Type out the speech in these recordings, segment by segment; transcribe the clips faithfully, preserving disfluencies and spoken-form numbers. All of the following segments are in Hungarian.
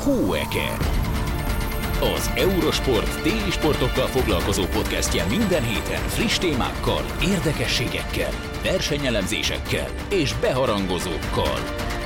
Hóeke. Az Eurosport téli sportokkal foglalkozó podcastje minden héten friss témákkal, érdekességekkel, versenyelemzésekkel és beharangozókkal.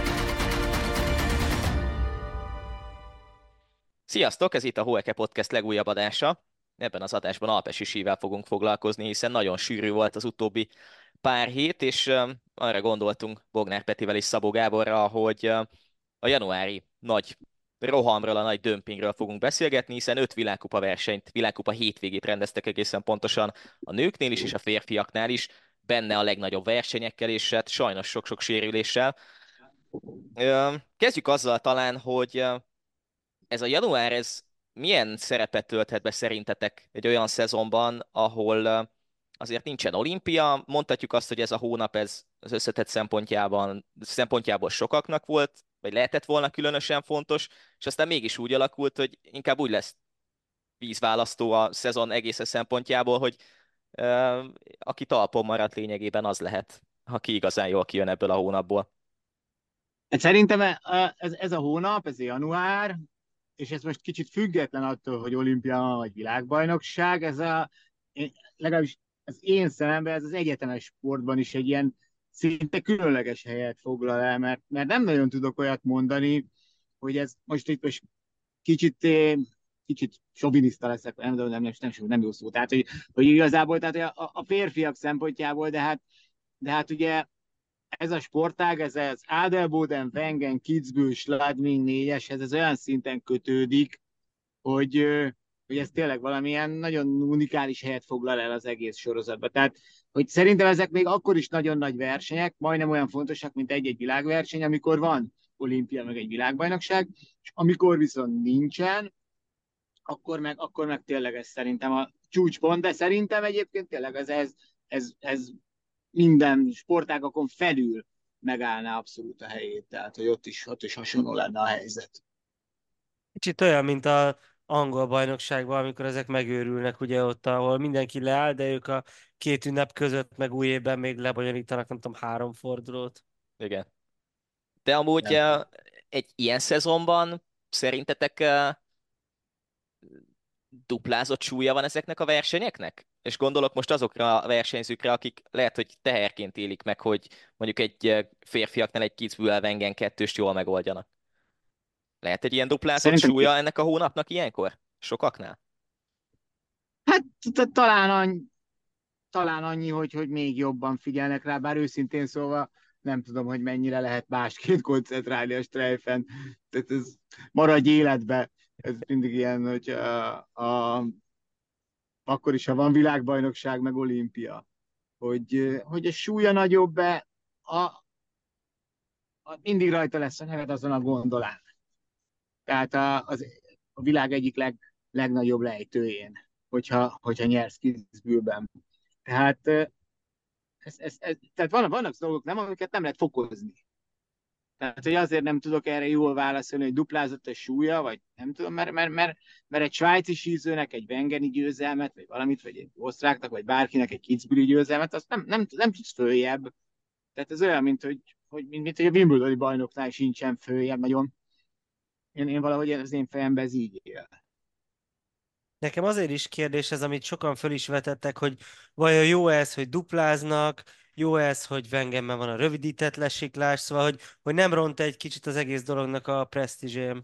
Sziasztok, ez itt a Hóeke Podcast legújabb adása. Ebben az adásban Alpesi sível fogunk foglalkozni, hiszen nagyon sűrű volt az utóbbi pár hét, és um, arra gondoltunk Bognár Petivel és Szabó Gáborral, hogy uh, a januári nagy rohamról, a nagy dömpingről fogunk beszélgetni, hiszen öt világkupa versenyt, világkupa hétvégét rendeztek egészen pontosan a nőknél is és a férfiaknál is, benne a legnagyobb versenyekkel, és hát sajnos sok-sok sérüléssel. Um, Kezdjük azzal talán, hogy uh, ez a január, ez milyen szerepet tölthet be szerintetek egy olyan szezonban, ahol uh, azért nincsen olimpia, mondhatjuk azt, hogy ez a hónap ez az összetett szempontjában, szempontjából sokaknak volt, vagy lehetett volna különösen fontos, és aztán mégis úgy alakult, hogy inkább úgy lesz vízválasztó a szezon egész szempontjából, hogy uh, aki talpon maradt lényegében az lehet, aki igazán jól kijön ebből a hónapból. Hát szerintem e- e- ez, ez a hónap, ez a január, és ez most kicsit független attól, hogy olimpia vagy világbajnokság, ez a, én- legalábbis az én szememben ez az egyetemes sportban is egy ilyen szinte különleges helyet foglal el, mert, mert nem nagyon tudok olyat mondani, hogy ez most itt most kicsit, eh, kicsit soviniszta leszek, nem, nem, nem, nem, nem, nem jó szó, tehát hogy, hogy igazából tehát a, a férfiak szempontjából, de hát, de hát ugye ez a sportág, ez az Adelboden, Wengen, Kitzbühel, Schladming négyeshez, ez olyan szinten kötődik, hogy, hogy ez tényleg valamilyen nagyon unikális helyet foglal el az egész sorozatban. Tehát, hogy szerintem ezek még akkor is nagyon nagy versenyek, majdnem olyan fontosak, mint egy-egy világverseny, amikor van olimpia, meg egy világbajnokság, és amikor viszont nincsen, akkor meg, akkor meg tényleg ez szerintem a csúcspont, de szerintem egyébként tényleg ez, ez, ez, ez minden sportágakon felül megállná abszolút a helyét, tehát hogy ott is, ott is hasonló lenne a helyzet. Kicsit olyan, mint a angol bajnokságban, amikor ezek megőrülnek, ugye ott, ahol mindenki leáll, de ők a két ünnep között, meg új évben még lebonyolítanak, nem tudom, három fordulót. Igen. De amúgy Nem. eh, egy ilyen szezonban szerintetek eh, duplázott súlya van ezeknek a versenyeknek? És gondolok most azokra a versenyzőkre, akik lehet, hogy teherként élik meg, hogy mondjuk egy eh, férfiaknál egy Kitzbühel Wengen kettőst jól megoldjanak. Lehet egy ilyen duplázott Szerintem súlya ennek a hónapnak ilyenkor? Sokaknál? hát talán annyi, talán annyi, hogy, hogy még jobban figyelnek rá, bár őszintén szóval nem tudom, hogy mennyire lehet másként koncentrálni a strejfen. Tehát ez maradj életbe. Ez mindig ilyen, hogy a, a, akkor is, ha van világbajnokság, meg olimpia. Hogy, hogy a súlya nagyobb-e, a, a, mindig rajta lesz a neved azon a gondolán. Tehát a, az, a világ egyik leg, legnagyobb lejtőjén, hogyha, hogyha nyersz Kitzbühelben. Tehát, ez, ez, ez, tehát vannak, vannak dolgok, nem, amiket nem lehet fokozni. Tehát, hogy azért nem tudok erre jól válaszolni, hogy duplázott a súlya, vagy nem tudom, mert, mert, mert, mert egy svájci sízőnek egy Wengeni győzelmet, vagy valamit, vagy egy osztráknak, vagy bárkinek egy Kitzbüheli győzelmet, azt nem, nem, nem tudsz följebb. Tehát ez olyan, mint hogy, hogy, mint, mint hogy a Wimbledoni bajnoknál sincsen följebb nagyon. Én, én valahogy az én fejemben ez így él. Nekem azért is kérdés ez, amit sokan föl is vetettek, hogy vajon jó ez, hogy dupláznak, jó ez, hogy Wengenben van a rövidített lesiklás, szóval, hogy, hogy nem ront egy kicsit az egész dolognak a presztízsém.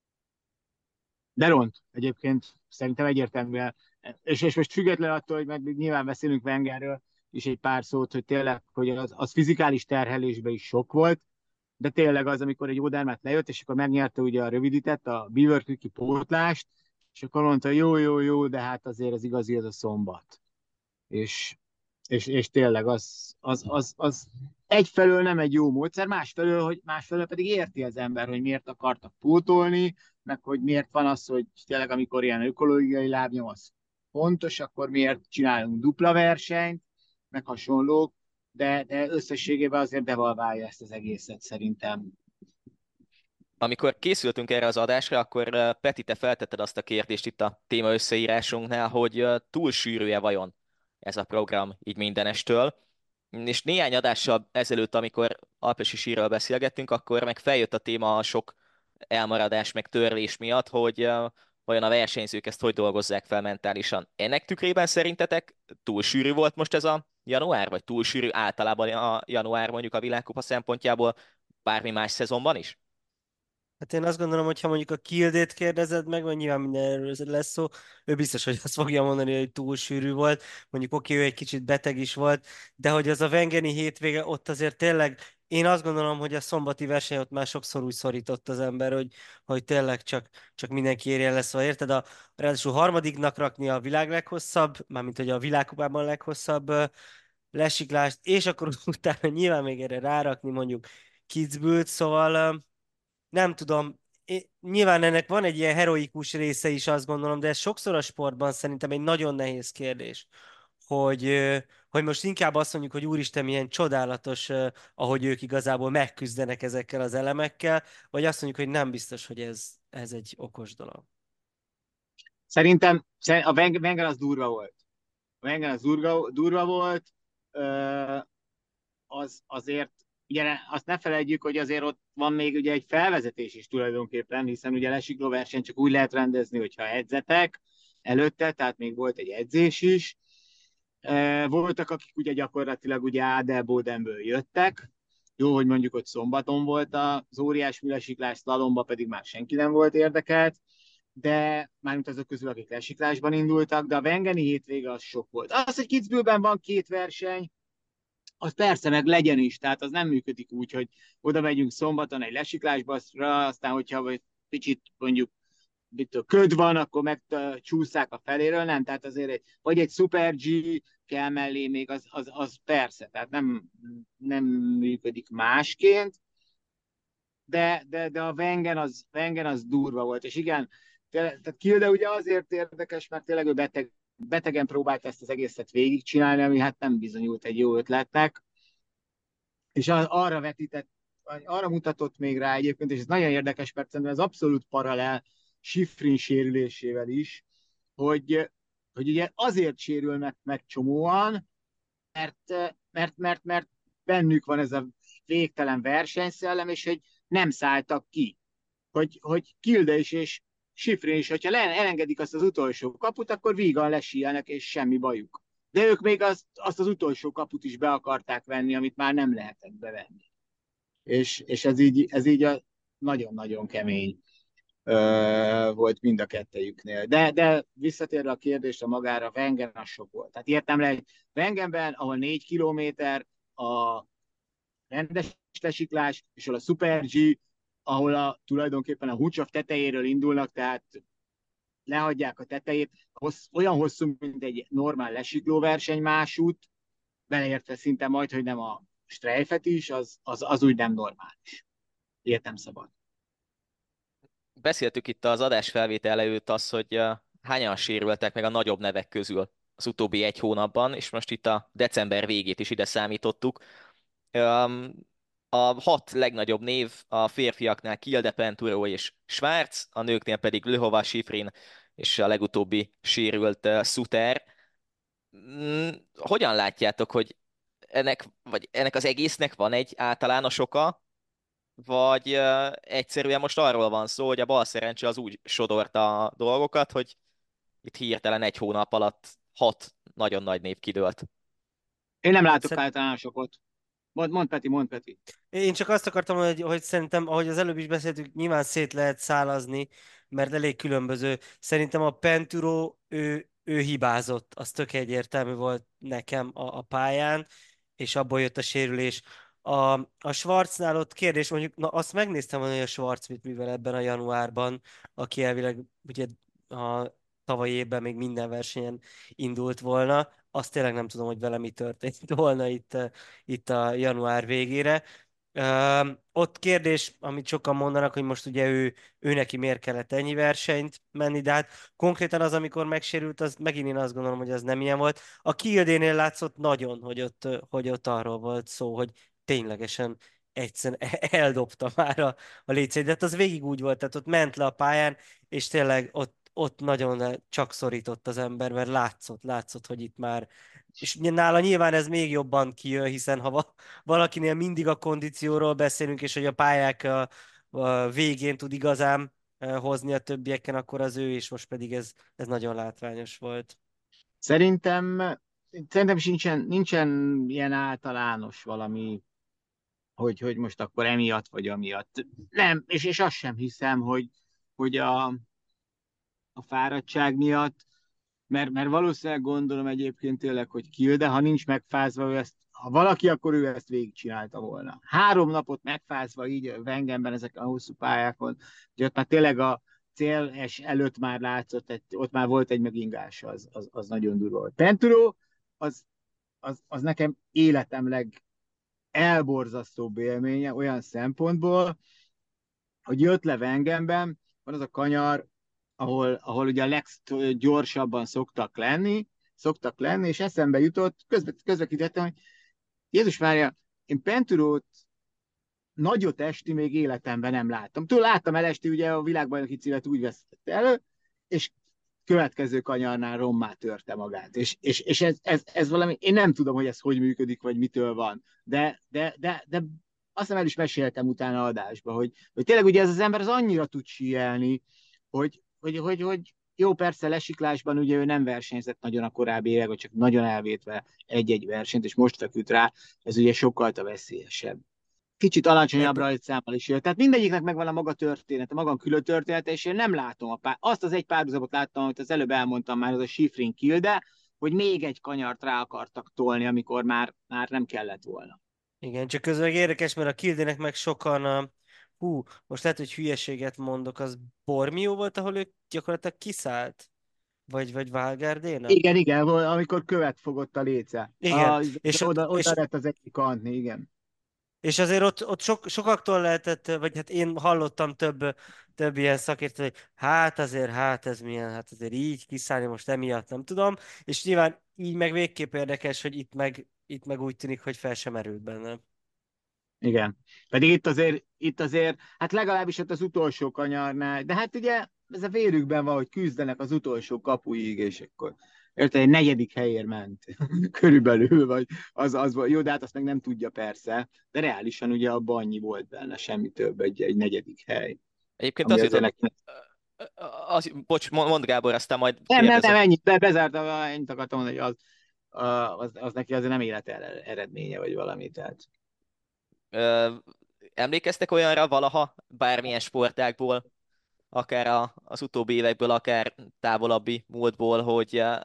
De ront egyébként szerintem egyértelműen. És, és most független attól, hogy meg nyilván beszélünk Wengerről is egy pár szót, hogy tényleg, hogy az, az fizikális terhelésben is sok volt, de tényleg az, amikor egy Odermatt lejött, és akkor megnyerte ugye a rövidített, a Beaver Creek-i pótlást, és akkor mondta, jó, jó, jó, de hát azért az igazi, az a szombat. És, és, és tényleg az, az, az, az egyfelől nem egy jó módszer, másfelől, hogy másfelől pedig érti az ember, hogy miért akartak pótolni, meg hogy miért van az, hogy tényleg amikor ilyen ökológiai lábnyom az fontos, akkor miért csinálunk dupla versenyt, meg hasonlók, de, de összességében azért devalválja ezt az egészet szerintem. Amikor készültünk erre az adásra, akkor eh, Peti, te feltetted azt a kérdést itt a téma összeírásunknál, hogy eh, túl sűrű-e vajon ez a program így mindenestől. És néhány adással ezelőtt, amikor Alpesi sírral beszélgettünk, akkor meg feljött a téma a sok elmaradás meg törlés miatt, hogy uh, vajon a versenyzők ezt hogy dolgozzák fel mentálisan. Ennek tükrében szerintetek túl sűrű volt most ez a január, vagy túl sűrű általában a január mondjuk a világkupa szempontjából bármi más szezonban is? Hát én azt gondolom, hogy ha mondjuk a Kildét kérdezed meg, vagy nyilván mindenről lesz szó, ő biztos, hogy azt fogja mondani, hogy túl sűrű volt. Mondjuk oké, ő egy kicsit beteg is volt, de hogy az a Wengeni hétvége, ott azért tényleg én azt gondolom, hogy a szombati verseny ott már sokszor úgy szorított az ember, hogy, hogy tényleg csak, csak mindenki érjen lesz, szóval érted? A, ráadásul harmadiknak rakni a világ leghosszabb, mármint hogy a világkupában leghosszabb ö, lesiklást, és akkor utána nyilván még erre rárakni mondjuk Kitzbühelt, szóval ö, nem tudom, é- nyilván ennek van egy ilyen heroikus része is, azt gondolom, de ez sokszor a sportban szerintem egy nagyon nehéz kérdés, hogy, ö, hogy most inkább azt mondjuk, hogy úristen, milyen csodálatos, ö, ahogy ők igazából megküzdenek ezekkel az elemekkel, vagy azt mondjuk, hogy nem biztos, hogy ez, ez egy okos dolog. Szerintem szer- a Weng- Wenger az durva volt. A Wenger az durva, durva volt, ö, az azért, ugye azt ne felejtjük, hogy azért ott van még ugye egy felvezetés is tulajdonképpen, hiszen ugye lesikló verseny csak úgy lehet rendezni, hogyha edzetek előtte, tehát még volt egy edzés is. Voltak, akik ugye gyakorlatilag ugye Adelbodenből jöttek, jó, hogy mondjuk ott szombaton volt az óriás lesiklás, szlalomba pedig már senki nem volt érdekelt, de mármint azok közül, akik lesiklásban indultak, de a Wengeni hétvége az sok volt. Az, hogy Kitzbühelben van két verseny, az persze meg legyen is, tehát az nem működik úgy, hogy oda megyünk szombaton egy lesiklásba, aztán hogyha vagy kicsit mondjuk mit tudom, köd van, akkor meg csúszák a feléről, nem, tehát azért egy, vagy egy Super G kell mellé még, az, az, az persze, tehát nem, nem működik másként, de, de, de a Wengen az, Wengen az durva volt, és igen, tehát Kilde ugye azért érdekes, mert tényleg ő beteg, betegen próbált ezt az egészet végigcsinálni, ami hát nem bizonyult egy jó ötletnek, és arra vetített, arra mutatott még rá egyébként, és ez nagyon érdekes, mert szerintem ez abszolút paralel Schifrin sérülésével is, hogy, hogy ugye azért sérülnek meg csomóan, mert, mert, mert, mert bennük van ez a végtelen versenyszellem, és hogy nem szálltak ki. Hogy, hogy Kilde is és Schifrin is, hogyha elengedik azt az utolsó kaput, akkor vígan lesíelnek, és semmi bajuk. De ők még azt, azt az utolsó kaput is be akarták venni, amit már nem lehetett bevenni. És, és ez így, ez így a nagyon-nagyon kemény ö, volt mind a kettejüknél. De, de visszatérve a kérdésre magára, Wengen az sok volt. Tehát értem le, Wengenben, ahol négy kilométer a rendes lesiklás, és ahol a Super G, ahol a, tulajdonképpen a Hucsov tetejéről indulnak, tehát lehagyják a tetejét, hossz, olyan hosszú, mint egy normál lesiklóverseny másút, beleértve szinte majd, hogy nem a strejfet is, az, az, az úgy nem normális. Ilyet nem szabad. Beszéltük itt az adás felvétel előtt az, hogy uh, hányan sérültek meg a nagyobb nevek közül az utóbbi egy hónapban, és most itt a december végét is ide számítottuk. Um, a hat legnagyobb név a férfiaknál Kilde, Penturo és Schwarz, a nőknél pedig Lehova, Schifrin és a legutóbbi sérült uh, Suter. Mm, hogyan látjátok, hogy ennek, vagy ennek az egésznek van egy általános oka, vagy uh, egyszerűen most arról van szó, hogy a bal szerencse az úgy sodorta a dolgokat, hogy itt hirtelen egy hónap alatt hat nagyon nagy név kidőlt. Én nem Hát látok szer- általánosokat. Mond, mond Peti, mond Peti. Én csak azt akartam, hogy, hogy szerintem, ahogy az előbb is beszéltük, nyilván szét lehet szálazni, mert elég különböző. Szerintem a Penturo, ő, ő hibázott, az tök egyértelmű volt nekem a, a pályán, és abból jött a sérülés. A, a Schwarznál ott kérdés, mondjuk, na azt megnéztem, hogy a Schwarz mit művel ebben a januárban, aki elvileg ugye a tavalyi évben még minden versenyen indult volna. Azt tényleg nem tudom, hogy vele mi történt volna itt, eh, itt a január végére. Ö, ott kérdés, amit sokan mondanak, hogy most ugye ő, ő neki miért kellett ennyi versenyt menni, de hát konkrétan az, amikor megsérült, az megint én azt gondolom, hogy az nem ilyen volt. A Kildénél látszott nagyon, hogy ott, hogy ott arról volt szó, hogy ténylegesen egyszerűen eldobta már a, a létszét, de hát az végig úgy volt, tehát ott ment le a pályán, és tényleg ott, ott nagyon csak szorított az ember, mert látszott, látszott, hogy itt már, és nála nyilván ez még jobban kijön, hiszen ha va- valakinél mindig a kondícióról beszélünk, és hogy a pályák a, a végén tud igazán hozni a többieken, akkor az ő, és most pedig ez, ez nagyon látványos volt. Szerintem, szerintem is nincsen, nincsen ilyen általános valami, hogy, hogy most akkor emiatt vagy amiatt. Nem, és, és azt sem hiszem, hogy, hogy a, a fáradtság miatt, mert, mert valószínűleg gondolom egyébként tényleg, hogy Kilde, ha nincs megfázva, ő ezt, ha valaki, akkor ő ezt végigcsinálta volna. Három napot megfázva így Wengenben ezeken a hosszú pályákon, hogy ott már tényleg a céles előtt már látszott, egy, ott már volt egy megingás, az, az, az nagyon durva volt. Penturo, az, az, az nekem életem legelborzasztóbb élménye olyan szempontból, hogy jött le Wengenben, van az a kanyar, ahol, ahol ugye a leggyorsabban szoktak lenni, szoktak lenni, és eszembe jutott, közbe, közvetítettem, hogy Jézus Mária, én Penturót nagyot esti még életemben nem láttam. Túl láttam el esti, ugye a világbajnoki címet úgy vesztett elő, és következő kanyarnál rommá törte magát. És, és, és ez, ez, ez valami, én nem tudom, hogy ez hogy működik, vagy mitől van, de, de, de, de azt hiszem el is meséltem utána adásba, hogy, hogy tényleg ugye ez az ember az annyira tud síelni, hogy, hogy, hogy, hogy jó, persze lesiklásban ugye ő nem versenyzett nagyon a korábbi években, csak nagyon elvétve egy-egy versenyt, és most feküdt rá, ez ugye sokkal a veszélyesebb. Kicsit alacsonyabb De, rajtszámmal is jött. Tehát mindegyiknek megvan a maga története, maga külön története, és én nem látom a pár... Azt az egy párhuzamot láttam, amit az előbb elmondtam már, az a Schifrin Kilde, hogy még egy kanyart rá akartak tolni, amikor már, már nem kellett volna. igen, csak közben érdekes, mert a Kildének meg sokan, a, hú, most lehet, hogy hülyeséget mondok, az Bormio volt, ahol ő gyakorlatilag kiszállt? Vagy, vagy Valgardena? Igen, igen, amikor követ fogott a léce. Igen, A, és, oda, oda és lett az egyik kantni, igen. És azért ott, ott sok, sokaktól lehetett, vagy hát én hallottam több, több ilyen szakértőt, hogy hát azért, hát ez milyen, hát azért így kiszállni most emiatt, nem tudom. És nyilván így meg végképp érdekes, hogy itt meg, itt meg úgy tűnik, hogy fel sem merült benne. Igen. Pedig itt azért, itt azért, hát legalábbis ott az utolsó kanyarnál, de hát ugye ez a vérükben van, hogy küzdenek az utolsó kapuig, és akkor érted, egy negyedik helyért ment körülbelül, vagy az, az volt. Jó, de hát azt meg nem tudja persze, de reálisan ugye abban annyi volt benne, semmi több, egy, egy negyedik hely. Egyébként Ami az azért jutott, neki... az, bocs, mondd Gábor, aztán majd Nem, nem, nem, kérdezek. ennyit, be, bezártam, ennyit akartam mondani, hogy az, az, az neki azért nem élet eredménye, vagy valami, tehát. Ö, Emlékeztek olyanra valaha, bármilyen sportágból, akár a, az utóbbi évekből, akár távolabbi múltból, hogy eh,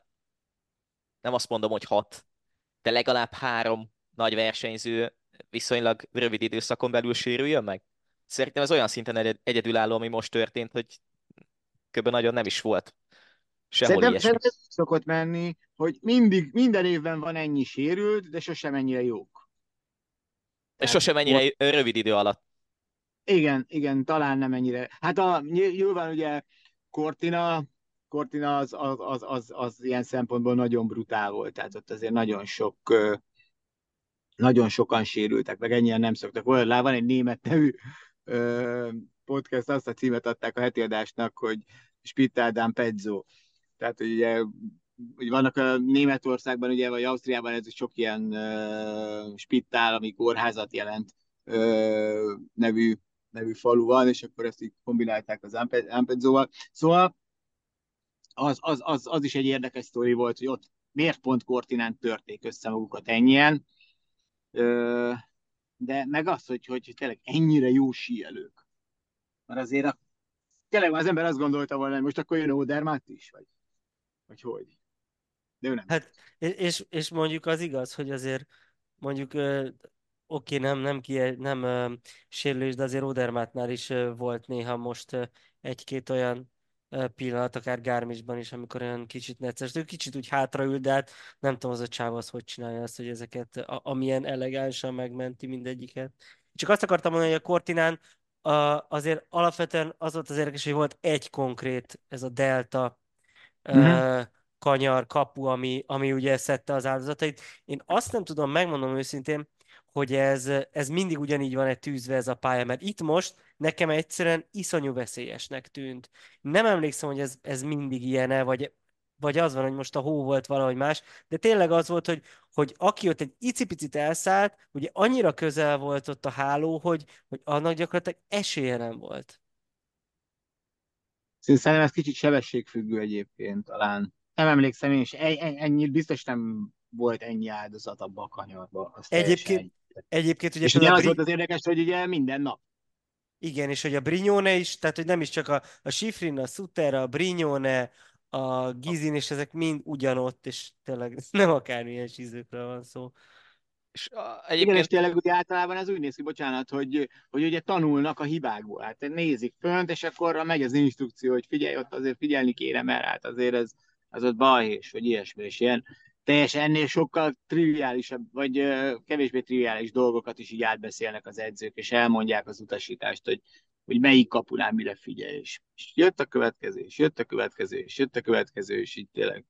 nem azt mondom, hogy hat, de legalább három nagy versenyző viszonylag rövid időszakon belül sérüljön meg? Szerintem ez olyan szinten egy- egyedülálló, ami most történt, hogy kb. Nagyon nem is volt sehol Szerintem, ilyesmi. szerintem ez szokott menni, hogy mindig, minden évben van ennyi sérült, de sosem ennyire jók. És Tehát sosem volt, ennyire rövid idő alatt. igen, igen, talán nem ennyire. Hát a, nyilván ugye Cortina, Cortina az, az, az, az, az ilyen szempontból nagyon brutál volt, tehát ott azért nagyon sok, ö, nagyon sokan sérültek, meg ennyien nem szoktak. Volt, lá, van egy német nevű ö, podcast, azt a címet adták a heti adásnak, hogy Spittádán Pezzo. Tehát, hogy ugye hogy vannak a Németországban, ugye, vagy Ausztriában ez is sok ilyen uh, spittál, ami kórházat jelent uh, nevű, nevű falu van, és akkor ezt így kombinálták az Ampedzóval. Szóval az, az, az, az is egy érdekes sztori volt, hogy ott miért pont Cortinán törték össze magukat ennyien, uh, de meg az, hogy, hogy tényleg ennyire jó síelők. Mert azért a, tényleg az ember azt gondolta volna, hogy most akkor jön Odermatt is, vagy, vagy hogy. De ő nem Hát, jött. és, és mondjuk az igaz, hogy azért mondjuk ö, oké, nem, nem, ki, nem ö, sérülés, de azért Odermattnál is ö, volt néha most ö, egy-két olyan ö, pillanat, akár Garmischban is, amikor olyan kicsit necces, ő kicsit úgy hátraül, de hát nem tudom, az a csáv az hogy csinálja azt, hogy ezeket, a, amilyen elegánsan megmenti mindegyiket. Csak azt akartam mondani, hogy a Cortinán a, azért alapvetően az volt az érdekes, hogy volt egy konkrét, ez a delta Uh-huh. ö, kanyar, kapu, ami, ami ugye szedte az áldozatait. Én azt nem tudom, megmondom őszintén, hogy ez, ez mindig ugyanígy van egy tűzve ez a pálya, mert itt most nekem egyszerűen iszonyú veszélyesnek tűnt. Nem emlékszem, hogy ez, ez mindig ilyen-e, vagy vagy az van, hogy most a hó volt valahogy más, de tényleg az volt, hogy, hogy aki ott egy icipicit elszállt, ugye annyira közel volt ott a háló, hogy, hogy annak gyakorlatilag esélye nem volt. Szerintem ez kicsit sebességfüggő egyébként talán. Nem emlékszem én is, e- e- ennyi, biztos nem volt ennyi áldozat abba a kanyarba, az teljesen Egyébként, egy. egyébként ugye És például ugye a az volt Bri... az érdekes, hogy ugye minden nap. Igen, és hogy a Brignone is, tehát hogy nem is csak a, a Schifrin, a Suter, a Brignone, a Gizin, és ezek mind ugyanott, és tényleg nem akármilyen sízőkről van szó. És a, Igen, és egyébként tényleg ugye általában ez úgy néz ki, bocsánat, hogy, hogy ugye tanulnak a hibákból. Hát nézik fönt, és akkor megy az instrukció, hogy figyelj, ott azért figyelni kéne, mert hát azért ez, az ott balhés, vagy ilyesmi, és ilyen teljesen ennél sokkal triviálisabb, vagy ö, kevésbé triviális dolgokat is így átbeszélnek az edzők, és elmondják az utasítást, hogy, hogy melyik kapunál mire figyelj, és, és jött a következő, és jött a következő, és jött a következő, és így tényleg.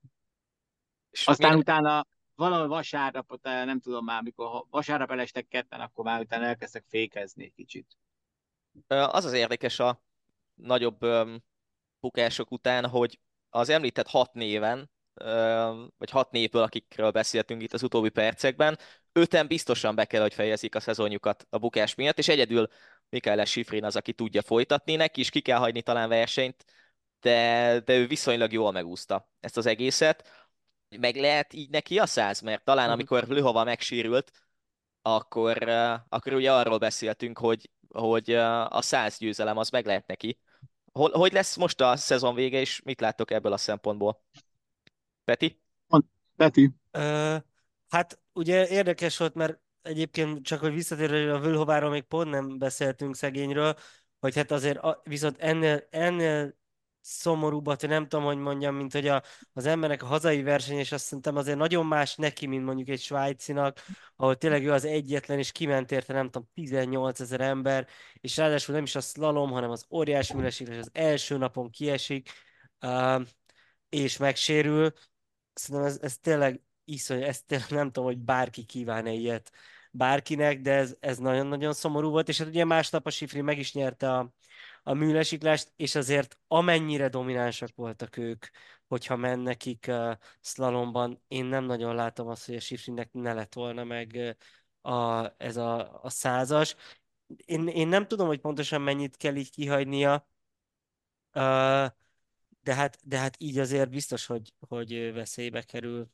és Aztán még, utána valahol vasárnap, ott, eh, nem tudom már, mikor ha vasárnap elestek ketten, akkor már utána elkezdtek fékezni egy kicsit. ö, az az érdekes a nagyobb öm, bukások után, hogy az említett hat néven, öm, vagy hat névből, akikről beszéltünk itt az utóbbi percekben, öten biztosan be kell, hogy fejezik a szezonjukat a bukás miatt, és egyedül Mikael Schifrin az, aki tudja folytatni, neki is ki kell hagyni talán versenyt, de, de ő viszonylag jól megúszta ezt az egészet. Meg lehet így neki a száz, mert talán Mhm. amikor Lühova megsérült, akkor, eh, akkor ugye arról beszéltünk, hogy, hogy eh, a száz győzelem az meg lehet neki. Hol, hogy lesz most a szezon vége, és mit láttok ebből a szempontból? Peti? Mond, Peti, Ö, hát ugye érdekes volt, mert egyébként csak, hogy visszatérve a Vülhováról még pont nem beszéltünk szegényről, hogy hát azért a, viszont ennél, ennél szomorúbbat, hogy nem tudom, hogy mondjam, mint hogy a, az embernek a hazai verseny, és azt szerintem azért nagyon más neki, mint mondjuk egy svájcinak, ahol tényleg ő az egyetlen, és kiment érte, nem tudom, tizennyolc ezer ember, és ráadásul nem is a slalom, hanem az óriás műlesés, és az első napon kiesik, uh, és megsérül. Szerintem ez, ez tényleg iszony, ezt tényleg nem tudom, hogy bárki kíván-e ilyet bárkinek, de ez, ez nagyon-nagyon szomorú volt, és hát ugye másnap a Sifri meg is nyerte a, a műlesiklást, és azért amennyire dominánsak voltak ők, hogyha men nekik uh, szlalomban, én nem nagyon látom azt, hogy a Sifrinek ne lett volna meg uh, a, ez a, a százas. Én, én nem tudom, hogy pontosan mennyit kell így kihagynia, uh, de hát, de hát így azért biztos, hogy, hogy veszélybe kerül.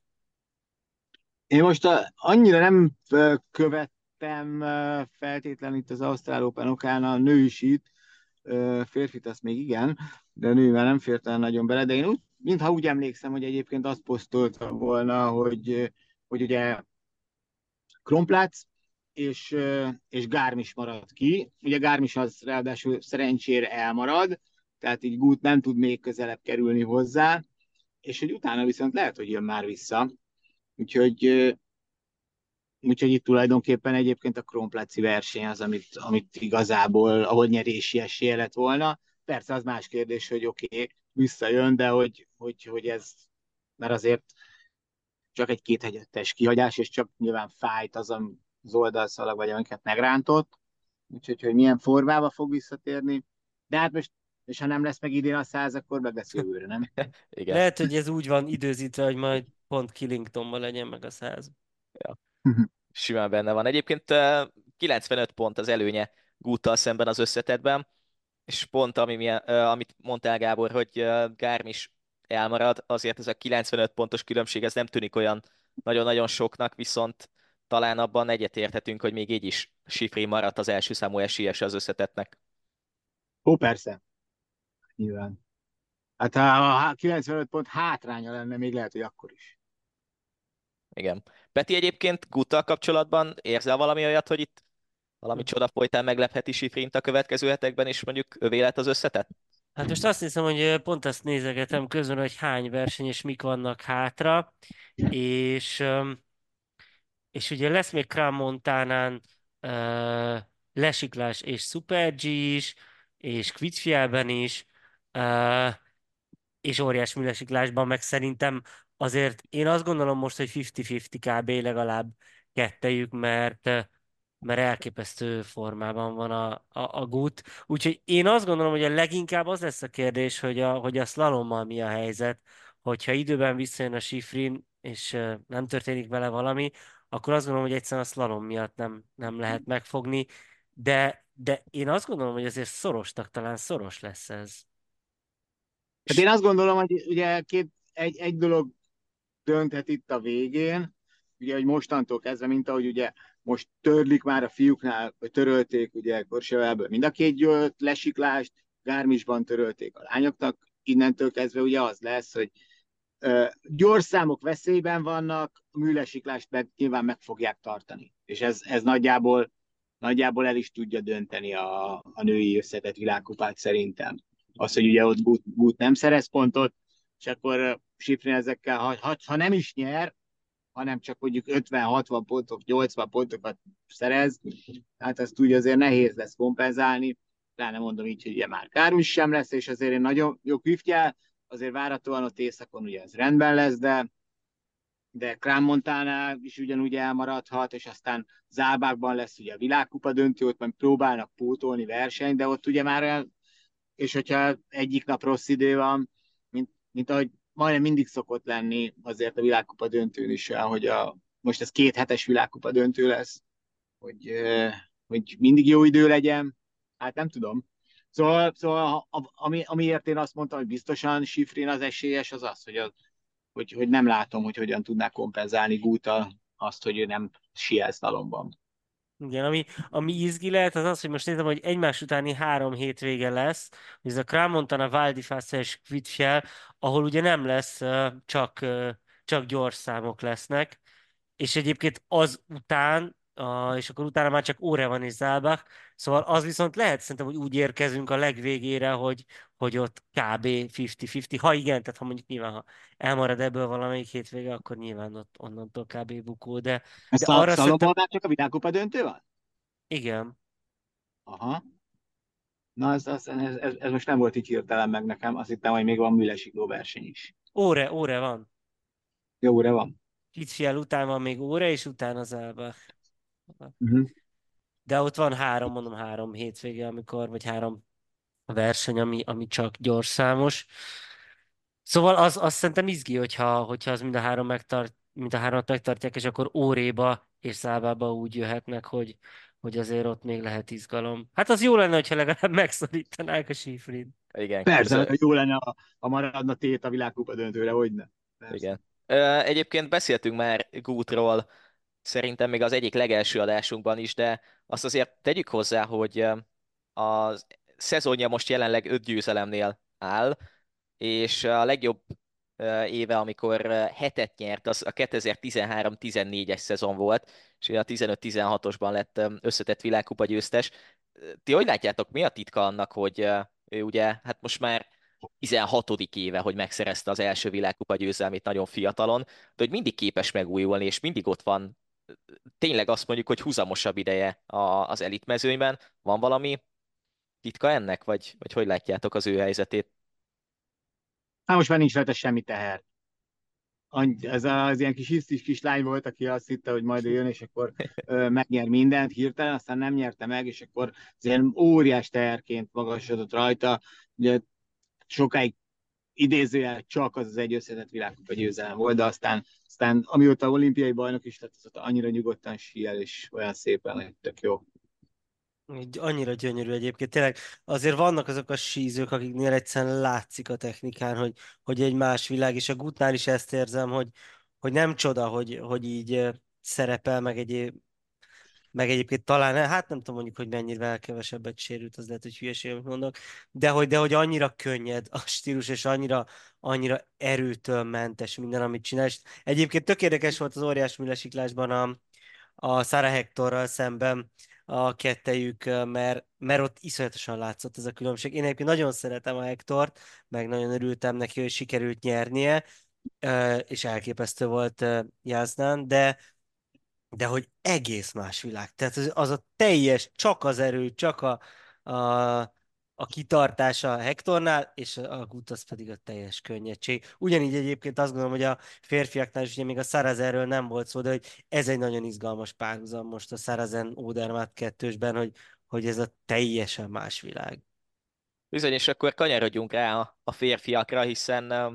én most a, annyira nem ö, követtem ö, feltétlenül itt az Ausztrál Open okán a nőisit, ö, férfit azt még igen, de a nővel nem fértem nagyon bele, de én úgy, mintha úgy emlékszem, hogy egyébként azt posztolta volna, hogy, hogy ugye Kronplatz és, és Gármis marad ki. Ugye Gármis az ráadásul szerencsére elmarad, tehát így Gut nem tud még közelebb kerülni hozzá, és hogy utána viszont lehet, hogy jön már vissza. Úgyhogy, úgyhogy itt tulajdonképpen egyébként a Kronplatzi verseny az, amit, amit igazából, ahol nyerési esélye lett volna. Persze az más kérdés, hogy oké, okay, visszajön, de hogy, hogy, hogy ez, mert azért csak egy kéthegyettes kihagyás, és csak nyilván fájt az az oldalszalag, vagy amiket megrántott, úgyhogy hogy milyen formába fog visszatérni. De hát most, és ha nem lesz meg idén a száz, akkor meg lesz jövőre, nem? Igen. Lehet, hogy ez úgy van időzítve, hogy majd pont Killingtonban legyen meg a száz. Ja, simán benne van. Egyébként eh, kilencvenöt pont az előnye Gúttal szemben az összetettben, és pont ami, milyen- eh, amit mondtál Gábor, hogy eh, Gárm is elmarad, azért ez a kilencvenöt pontos különbség, ez nem tűnik olyan nagyon-nagyon soknak, viszont talán abban egyetérthetünk, hogy még így is Sifrin maradt az első számú esélyese az összetettnek. Ó, persze, nyilván. Hát ha a kilencvenöt pont hátránya lenne, még lehet, hogy akkor is. Igen. Peti, egyébként Guttal kapcsolatban érzel valami olyat, hogy itt valami csoda folytán meglepheti Sifrint a következő hetekben, és mondjuk övé lett az összetett? Hát most azt hiszem, hogy ö, pont azt nézegetem közben, hogy hány verseny és mik vannak hátra, és, öm, és ugye lesz még Crown Montanán uh, lesiklás és Super G is, és Queensfielben is, ö, és óriás műlesiklásban, meg szerintem azért én azt gondolom most, hogy ötven-ötven kb. Legalább kettejük, mert, mert elképesztő formában van a, a, a Gut. Úgyhogy én azt gondolom, hogy a leginkább az lesz a kérdés, hogy a, hogy a szlalommal mi a helyzet, hogyha időben visszajön a Schifrin, és ö, nem történik vele valami, akkor azt gondolom, hogy egyszerűen a szlalom miatt nem, nem lehet megfogni, de, de én azt gondolom, hogy azért szorosnak talán szoros lesz ez. Hát én azt gondolom, hogy ugye két, egy, egy dolog dönthet itt a végén, ugye, hogy mostantól kezdve, mint ahogy ugye most törlik már a fiúknál, vagy törölték ugye Courchevelből mind a két győrt, lesiklást, Gármisban törölték a lányoknak, innentől kezdve ugye az lesz, hogy ö, gyors számok veszélyben vannak, a műlesiklást meg nyilván meg fogják tartani. És ez, ez nagyjából, nagyjából el is tudja dönteni a, a női összetett világkupát szerintem. Az, hogy ugye ott Gut, Gut nem szerez pontot, és akkor Sifrin ezekkel, ha, ha, ha nem is nyer, hanem csak mondjuk ötven-hatvan pontok, nyolcvan pontokat szerez, hát ezt úgy azért nehéz lesz kompenzálni, pláne mondom így, hogy ugye már Kármis sem lesz, és azért én nagyon jó Kviftjel, azért várhatóan ott északon ugye ez rendben lesz, de de Crans-Montana is ugyanúgy elmaradhat, és aztán Zábákban lesz ugye a világkupa döntő, ott majd próbálnak pótolni versenyt, de ott ugye már, és hogyha egyik nap rossz idő van, mint, mint ahogy majdnem mindig szokott lenni azért a világkupa döntőn is, hogy a, most ez két hetes világkupa döntő lesz, hogy, hogy mindig jó idő legyen, hát nem tudom. Szóval, szóval ami, amiért én azt mondtam, hogy biztosan Sifrin az esélyes, az az, hogy az, hogy, hogy nem látom, hogy hogyan tudná kompenzálni Gúta azt, hogy ő nem siel szlalomban. Igen, ami, ami izgi lehet, az az, hogy most nézem, hogy egymás utáni három hétvége lesz, hogy ez a Crans-Montana, Val di Fassa és Quidfiel, ahol ugye nem lesz, ö, csak, ö, csak gyors számok lesznek, és egyébként az után, a, és akkor utána már csak Óre van és Zálbach, szóval az viszont lehet szerintem, hogy úgy érkezünk a legvégére, hogy, hogy ott kb. ötven-ötven, ha igen, tehát ha mondjuk nyilván, ha elmarad ebből valamelyik hétvége, akkor nyilván ott onnantól kb. Bukó, de, de Ezt a arra szalomban szerintem, már csak a világkupa döntő van? igen. Aha. Na, ez, ez, ez, ez, ez most nem volt így hirtelen meg nekem, azt hittem, hogy még van műlesikló verseny is. Óre, óre van. Jóra van. Kitfiel után van még óra, és utána Zálbach. Uh-huh. De ott van három, mondom három hétvége, amikor, vagy három verseny, ami, ami csak gyorszámos. Szóval az, azt szerintem izgi, hogyha, hogyha az mind a három megtart, mind a hármat megtartják, és akkor óréba és Zábába úgy jöhetnek, hogy, hogy azért ott még lehet izgalom. Hát az jó lenne, hogyha legalább megszorítanák a sífrit. Igen, Persze, közel. jó lenne, ha, ha maradna tét a világkupa döntőre, hogy ne. Persze. Igen. Ö, Egyébként beszéltünk már Gútról, szerintem még az egyik legelső adásunkban is, de azt azért tegyük hozzá, hogy ö, a szezonja most jelenleg öt győzelemnél áll, és a legjobb ö, éve, amikor ö, hetet nyert, az a kétezer-tizenhárom-tizennégyes szezon volt, és a tizenöt-tizenhatosban lett ö, összetett világkupa győztes. Ti hogy látjátok, mi a titka annak, hogy ö, ő ugye, hát most már tizenhatodik éve, hogy megszerezte az első világkupa győzelmét nagyon fiatalon, de hogy mindig képes megújulni, és mindig ott van, tényleg azt mondjuk, hogy húzamosabb ideje a, az elitmezőnyben. Van valami titka ennek, vagy, vagy hogy látjátok az ő helyzetét? Hát most már nincs rajta semmi teher. Any- Ez az ilyen kis hisztis kislány volt, aki azt hitte, hogy majd ő jön, és akkor ö, megnyer mindent hirtelen, aztán nem nyerte meg, és akkor az ilyen óriás teherként magasodott rajta. Ugye sokáig idézőjel csak az az egy összetett világkupa győzelem volt, de aztán, aztán amióta olimpiai bajnok is lett, azóta annyira nyugodtan síel, és olyan szépen, hogy tök jó. Így annyira gyönyörű egyébként. Tényleg azért vannak azok a sízők, akiknél egyszerűen látszik a technikán, hogy, hogy egy más világ, és a Gutnál is ezt érzem, hogy, hogy nem csoda, hogy, hogy így eh, szerepel, meg egy, meg egyébként talán, hát nem tudom mondjuk, hogy mennyire kevesebbet sérült, az lehet, hogy hülyeség, amit mondok, de hogy, de hogy annyira könnyed a stílus, és annyira, annyira erőtől mentes minden, amit csinál. És egyébként tök érdekes volt az óriás műlesiklásban a, a Sarah Hectorral szemben a kettejük, mert, mert ott iszonyatosan látszott ez a különbség. Én egyébként nagyon szeretem a Hektort, meg nagyon örültem neki, hogy sikerült nyernie, és elképesztő volt Jászlán, de de hogy egész más világ. Tehát az, az a teljes, csak az erő, csak a, a, a kitartása a Hektornál, és a Gut az pedig a teljes könnyedség. Ugyanígy egyébként azt gondolom, hogy a férfiaknál is ugye még a Sarazerről nem volt szó, de hogy ez egy nagyon izgalmas párhuzam most a Sarazen Odermatt kettősben, hogy, hogy ez a teljesen más világ. Bizony, és akkor kanyarodjunk rá a, a férfiakra, hiszen uh,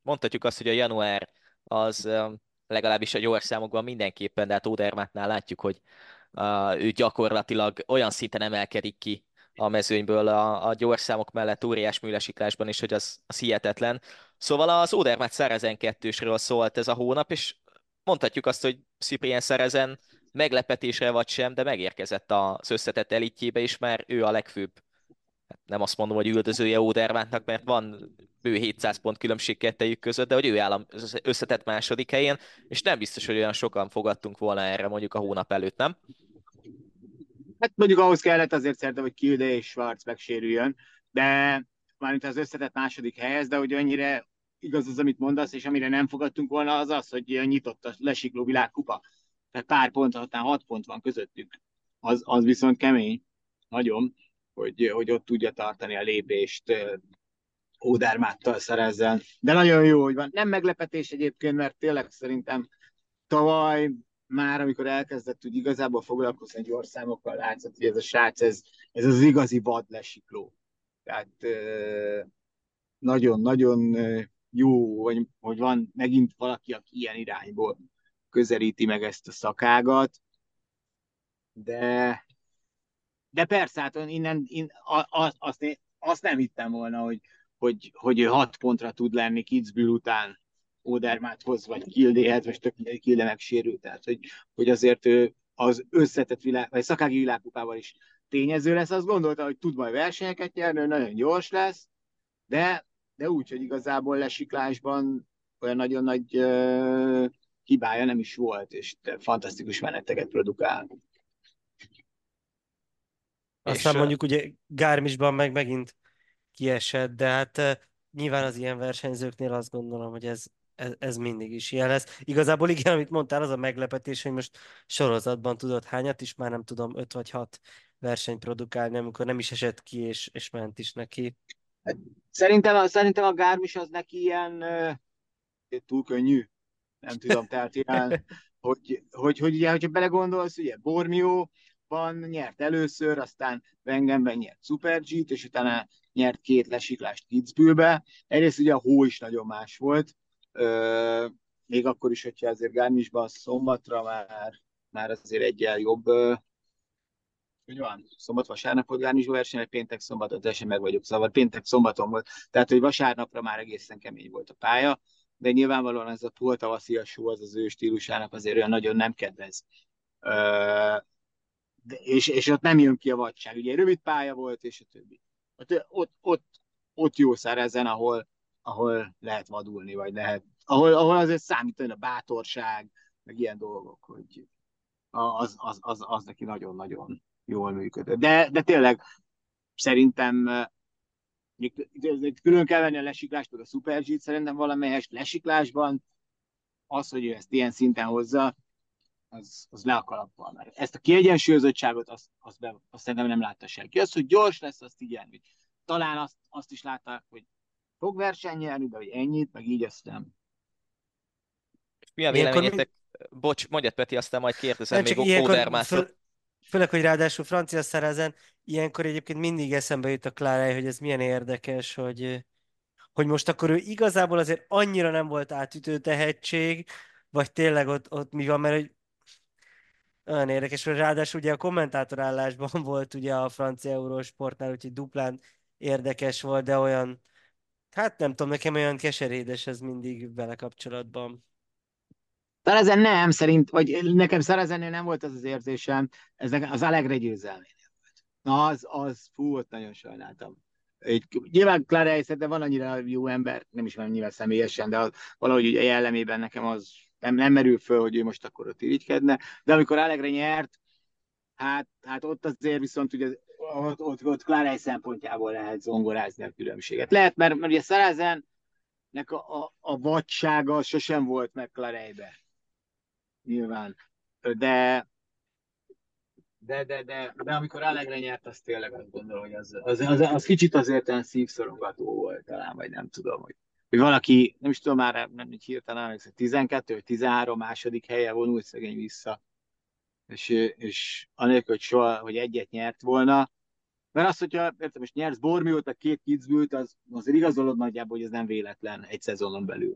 mondhatjuk azt, hogy a január az um, legalábbis a gyorszámokban mindenképpen, de hát Odermattnál látjuk, hogy uh, ő gyakorlatilag olyan szinten emelkedik ki a mezőnyből a, a gyorszámok mellett óriás műlesiklásban is, hogy az, az hihetetlen. Szóval az Odermatt Sarazen kettősről szólt ez a hónap, és mondhatjuk azt, hogy Cyprien Sarazen meglepetésre vagy sem, de megérkezett az összetett elitjébe, és már ő a legfőbb, hát nem azt mondom, hogy üldözője Odermattnak, mert van bő hétszáz pont különbség kettejük között, de hogy ő áll az összetett második helyen, és nem biztos, hogy olyan sokan fogadtunk volna erre mondjuk a hónap előtt, nem? Hát mondjuk ahhoz kellett azért szerintem, hogy Kilde és Schwarz megsérüljön, de mármint az összetett második helyez, de hogy annyira igaz az, amit mondasz, és amire nem fogadtunk volna, az az, hogy nyitott a lesikló világkupa. Tehát pár pont, hatán hat pont van közöttük. Az, az viszont kemény, nagyon, hogy, hogy ott tudja tartani a lépést Odermattal szerezzen. De nagyon jó, hogy van. Nem meglepetés egyébként, mert tényleg szerintem tavaly már, amikor elkezdett úgy igazából foglalkozni egy országokkal, látszott, hogy ez a srác, ez, ez az igazi vad lesikló. Tehát nagyon-nagyon jó, hogy, hogy van megint valaki, aki ilyen irányból közelíti meg ezt a szakágat, de, de persze, hát innen, innen azt, azt, azt nem hittem volna, hogy, hogy, hogy ő hat pontra tud lenni Kitzbühel után Odermatthoz, vagy Kildéhez, most tök Kilde megsérült, tehát hogy, hogy azért ő az összetett világ, vagy szakági világkupával is tényező lesz. Azt gondolta, hogy tud majd versenyeket nyerni, nagyon gyors lesz, de, de úgy, hogy igazából lesiklásban olyan nagyon nagy uh, hibája nem is volt, és fantasztikus meneteket produkál. Aztán mondjuk ugye Garmischban meg megint kiesett, de hát uh, nyilván az ilyen versenyzőknél azt gondolom, hogy ez, ez, ez mindig is ilyen lesz. Igazából igen, amit mondtál, az a meglepetés, hogy most sorozatban tudod hányat is, már nem tudom, öt vagy hat versenyt produkálni, amikor nem is esett ki, és, és ment is neki. Szerintem, szerintem a Garmisch az neki ilyen uh, túl könnyű. Nem tudom, tehát ilyen, hogy, hogy, hogy ugye, hogyha belegondolsz, ugye Bormióban nyert először, aztán Wengenben nyert Super G-t, és utána nyert két lesiklást Kitzbühelbe. Egyrészt ugye a hó is nagyon más volt, euh, még akkor is, hogyha azért Garmischban szombatra már, már azért egyel jobb, euh, hogy van, szombat-vasárnap volt Garmischban verseny, vagy péntek-szombaton, teljesen meg vagyok, szóval péntek-szombaton volt, tehát hogy vasárnapra már egészen kemény volt a pálya, de nyilvánvalóan ez a túl tavaszias hó az az ő stílusának azért olyan nagyon nem kedvez. Uh, de, és, és ott nem jön ki a vadság. Ugye rövid pálya volt, és a többi. Ott, ott, ott, ott jó szerezen, ahol, ahol lehet vadulni, vagy lehet, ahol, ahol azért számít a bátorság, meg ilyen dolgok, hogy az, az, az, az neki nagyon-nagyon jól működött. De, de tényleg szerintem külön kell venni a lesiklást, a Super G-t, szerintem valamelyes lesiklásban az, hogy ő ezt ilyen szinten hozza, az, az le a kalappal. Mert ezt a kiegyensúlyozottságot azt, azt, be, azt szerintem nem látta senki. Az, hogy gyors lesz, azt igen. Hogy talán azt, azt is látták, hogy fog verseny nyerni, de hogy ennyit, meg így azt nem. Mi a véleményetek? Mi... Bocs, mondjad Peti, aztán majd kérdezem még Odermattot. Föl... Főleg, hogy ráadásul francia szerezen, ilyenkor egyébként mindig eszembe jut a Kláráj, hogy ez milyen érdekes, hogy, hogy most akkor ő igazából azért annyira nem volt átütő tehetség, vagy tényleg ott, ott mi van, mert hogy olyan érdekes, hogy ráadásul ugye a kommentátorállásban volt ugye a francia Eurosportnál, úgyhogy duplán érdekes volt, de olyan, hát nem tudom, nekem olyan keserédes ez mindig vele kapcsolatban. Sarazen nem, szerint, vagy nekem Sarazennél nem volt az az érzésem, ez az Alegre győzelménél volt. Na, az, az, fú, ott nagyon sajnáltam. Egy, nyilván Claire de van annyira jó ember, nem is van nyilván személyesen, de az, valahogy ugye jellemében nekem az nem, nem merül föl, hogy ő most akkor ott irigykedne, de amikor Alegre nyert, hát, hát ott azért viszont ugye ott, ott, ott Claire szempontjából lehet zongorázni a különbséget. Lehet, mert, mert ugye Sarazennek a, a, a vadsága sosem volt meg Claire-be. Nyilván. De, de, de, de, de amikor Alegre nyert, az tényleg azt gondolom, hogy az, az, az, az kicsit azért olyan szívszorongató volt talán, vagy nem tudom, hogy, hogy valaki, nem is tudom már, nem így hirtelen emlékszem, tizenkettő vagy tizenhárom második helye vonult szegény vissza, és, és anélkül, hogy soha, hogy egyet nyert volna, Mert az, hogyha értem, most nyersz Bormiót, a két Kitzbühelt, az azért igazolod nagyjából, hogy ez nem véletlen egy szezonon belül.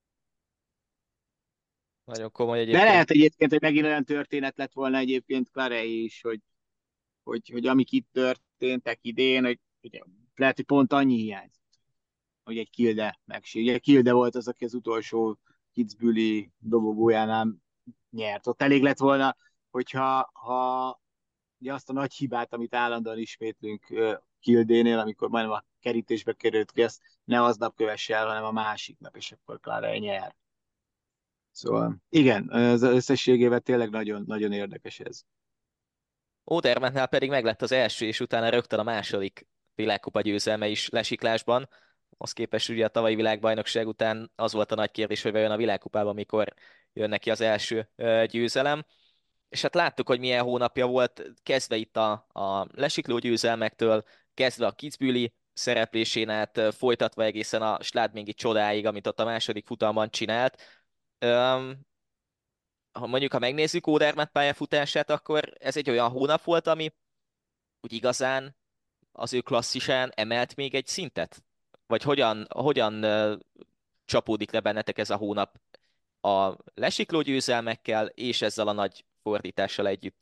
Nagyon komoly De egyébként. lehet egyébként, hogy megint olyan történet lett volna egyébként Clarei is, hogy, hogy, hogy amik itt történtek idén, hogy, hogy lehet, hogy pont annyi hiányzik, hogy egy Kilde megsérül. Ugye Kilde volt az, aki az utolsó Kitzbüheli dobogójánál nyert. Ott elég lett volna, hogyha ha ugye azt a nagy hibát, amit állandóan ismétlünk Kildénél, amikor majdnem a kerítésbe került ki, ezt ne aznap kövesse el, hanem a másik nap, és akkor Clarei nyer. Szóval igen, az összességével tényleg nagyon, nagyon érdekes ez. Odermattnál pedig meglett az első, és utána rögtön a második világkupa győzelme is lesiklásban. Az képest ugye a tavalyi világbajnokság után az volt a nagy kérdés, hogy vajon a világkupában mikor jön neki az első ö, győzelem. És hát láttuk, hogy milyen hónapja volt, kezdve itt a, a lesikló győzelmektől, kezdve a Kitzbüheli szereplésén át, ö, folytatva egészen a Schladmingi csodáig, amit ott a második futamban csinált. Öm, ha mondjuk, ha megnézzük Odermatt pályafutását, akkor ez egy olyan hónap volt, ami úgy igazán az ő klasszisán emelt még egy szintet? Vagy hogyan, hogyan ö, csapódik le bennetek ez a hónap a lesikló győzelmekkel és ezzel a nagy fordítással együtt?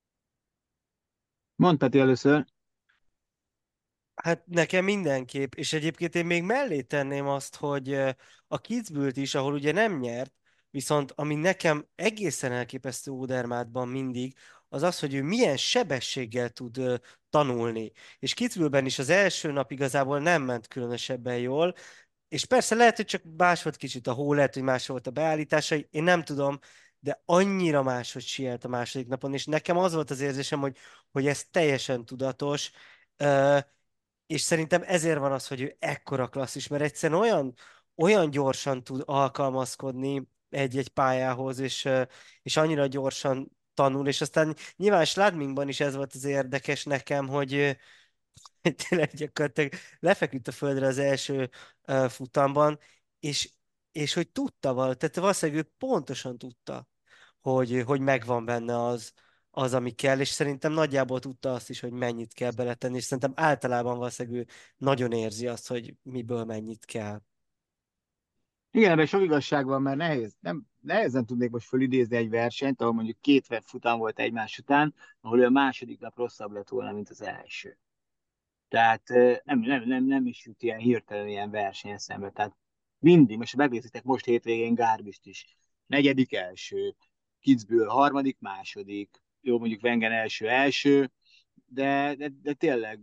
Mondtad először, Hát nekem mindenképp, és egyébként én még mellé tenném azt, hogy ö, a Kitzbühelt is, ahol ugye nem nyert, viszont ami nekem egészen elképesztő Odermattban mindig, az az, hogy ő milyen sebességgel tud ö, tanulni. És Kitzbühelben is az első nap igazából nem ment különösebben jól, és persze lehet, hogy csak más volt kicsit a hó, lehet, hogy más volt a beállításai, én nem tudom, de annyira máshogy sielt a második napon, és nekem az volt az érzésem, hogy, hogy ez teljesen tudatos, ö, és szerintem ezért van az, hogy ő ekkora klasszis, mert egyszerűen olyan, olyan gyorsan tud alkalmazkodni egy-egy pályához, és, ö, és annyira gyorsan tanul, és aztán nyilván Schladmingban is ez volt az érdekes nekem, hogy tényleg gyakorlatilag lefeküdt a földre az első uh, futamban, és, és hogy tudta valahogy, tehát valószínűleg ő pontosan tudta, hogy, hogy megvan benne az, az, ami kell, és szerintem nagyjából tudta azt is, hogy mennyit kell beletenni, és szerintem általában valószínűleg ő nagyon érzi azt, hogy miből mennyit kell. igen, ebben sok igazság van, mert nehéz, nem, nehezen tudnék most fölidézni egy versenyt, ahol mondjuk két futam volt egymás után, ahol ő a második nap rosszabb lett volna, mint az első. Tehát nem, nem, nem, nem is jut ilyen hirtelen ilyen verseny eszembe. Tehát mindig, most megnézitek most hétvégén Gárbist is. Negyedik első, Kitzbühel harmadik, második, jó mondjuk Wengen első, első, de, de, de tényleg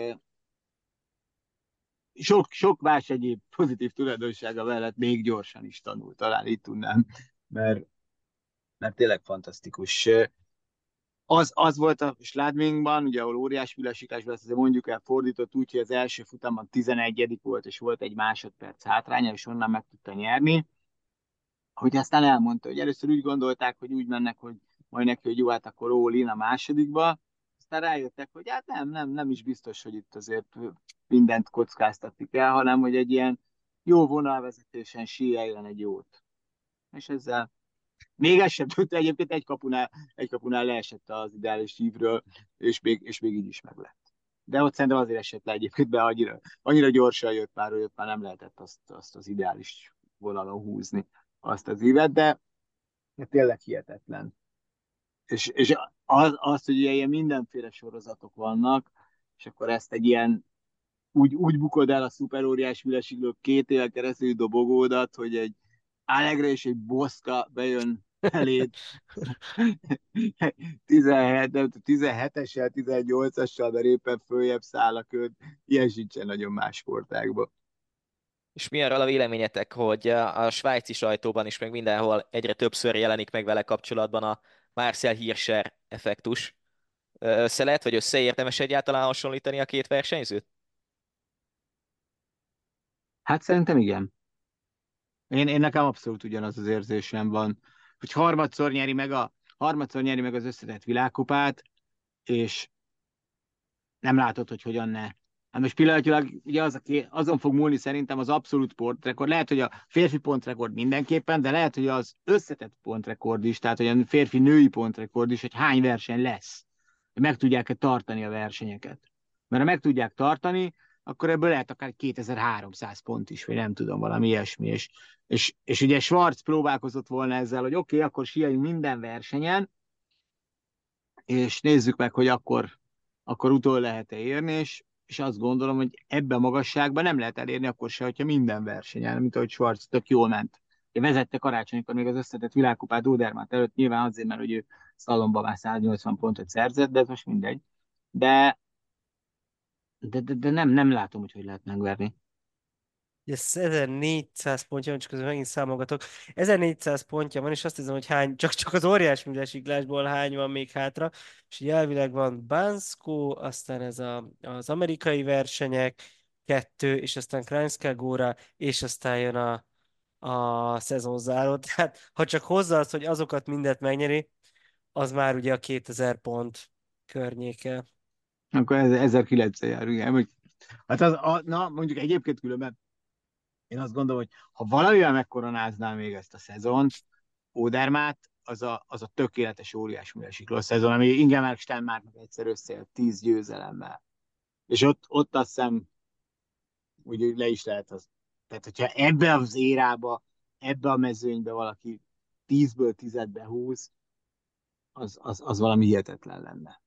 sok, sok más egyéb pozitív tulajdonsága mellett még gyorsan is tanul, talán így tudnám, mert, mert tényleg fantasztikus. Az, az volt a Schladmingban, ugye ahol óriás villásiklás lesz, azért mondjuk el fordított úgy, hogy az első futamban tizenegyedik volt, és volt egy másodperc hátránya, és onnan meg tudta nyerni, hogy aztán elmondta, hogy először úgy gondolták, hogy úgy mennek, hogy majd neki, hogy jó, hát akkor all in a másodikba, aztán rájöttek, hogy hát nem, nem, nem is biztos, hogy itt azért mindent kockáztatni kell, hanem hogy egy ilyen jó vonalvezetésen síeljen egy jót. És ezzel még ez sem tudta, egyébként egy kapunál, egy kapunál leesett az ideális hívről, és még, és még így is meg lett. De ott szerintem azért esett le egyébként, be annyira, annyira gyorsan jött már, hogy ott már nem lehetett azt, azt az ideális vonalon húzni azt az ívet, de, de tényleg hihetetlen. És, és az, az, hogy ilyen mindenféle sorozatok vannak, és akkor ezt egy ilyen úgy, úgy bukod el a szuperóriás vilesiklók két éve keresztül dobogódat, hogy egy Allegre és egy Boszka bejön eléd tizenhét, nem, tizenhetessel, tizennyolcassal, de éppen följebb száll a köd. Ilyen sincsen nagyon más sportágban. És mi arról a véleményetek, hogy a svájci sajtóban is meg mindenhol egyre többször jelenik meg vele kapcsolatban a Marcel Hirscher effektus? Össze lehet, vagy összeérdemes egyáltalán hasonlítani a két versenyzőt? Hát szerintem igen. Én, én nekem abszolút ugyanaz az érzésem van, hogy harmadszor nyeri meg, a, harmadszor nyeri meg az összetett világkupát, és nem látod, hogy hogyan ne. Hát most pillanatilag ugye az, aki azon fog múlni szerintem az abszolút pontrekord. Lehet, hogy a férfi pontrekord mindenképpen, de lehet, hogy az összetett pontrekord is, tehát hogy a férfi-női pontrekord is, hogy hány verseny lesz. Hogy meg tudják-e tartani a versenyeket. Mert ha meg tudják tartani, akkor ebből lehet akár kétezer-háromszáz pont is, vagy nem tudom, valami ilyesmi. És, és, és ugye Schwarz próbálkozott volna ezzel, hogy oké, okay, akkor siessünk minden versenyen, és nézzük meg, hogy akkor, akkor utol lehet-e érni, és, és azt gondolom, hogy ebben a magasságban nem lehet elérni akkor se, hogyha minden versenyen, mint ahogy Schwarz tök jól ment. Ugye vezette karácsonykor még az összetett világkupát Odermatt előtt, nyilván azért, mert hogy ő szalomba már száznyolcvan pontot szerzett, de ez most mindegy. De, de, de, de nem, nem látom, hogy hogy lehet megverni. Ugye ezernégyszáz pontja van, csak közben megint számolgatok. ezernégyszáz pontja van, és azt hiszem, hogy hány, csak, csak az óriás művesiklásból hány van még hátra. És így elvileg van Bansko, aztán ez a, az amerikai versenyek, kettő, és aztán Krajinska Góra, és aztán jön a, a szezonzáró. Tehát ha csak hozzá az, hogy azokat mindet megnyeri, az már ugye a kétezer pont környéke. Akkor ez- ezerkilencszáz jár, igen. Hogy- Hát az, a, na, mondjuk egyébként különben én azt gondolom, hogy ha valamivel megkoronáznám még ezt a szezont, Odermatt, az a, az a tökéletes óriás művesikló szezon, ami Ingemar Stenmarknak egyszer összejött tíz győzelemmel. És ott, ott azt hiszem, úgy le is lehet az. Tehát, hogyha ebbe az érába, ebbe a mezőnybe valaki tízből tizedbe húz, az, az, az valami hihetetlen lenne.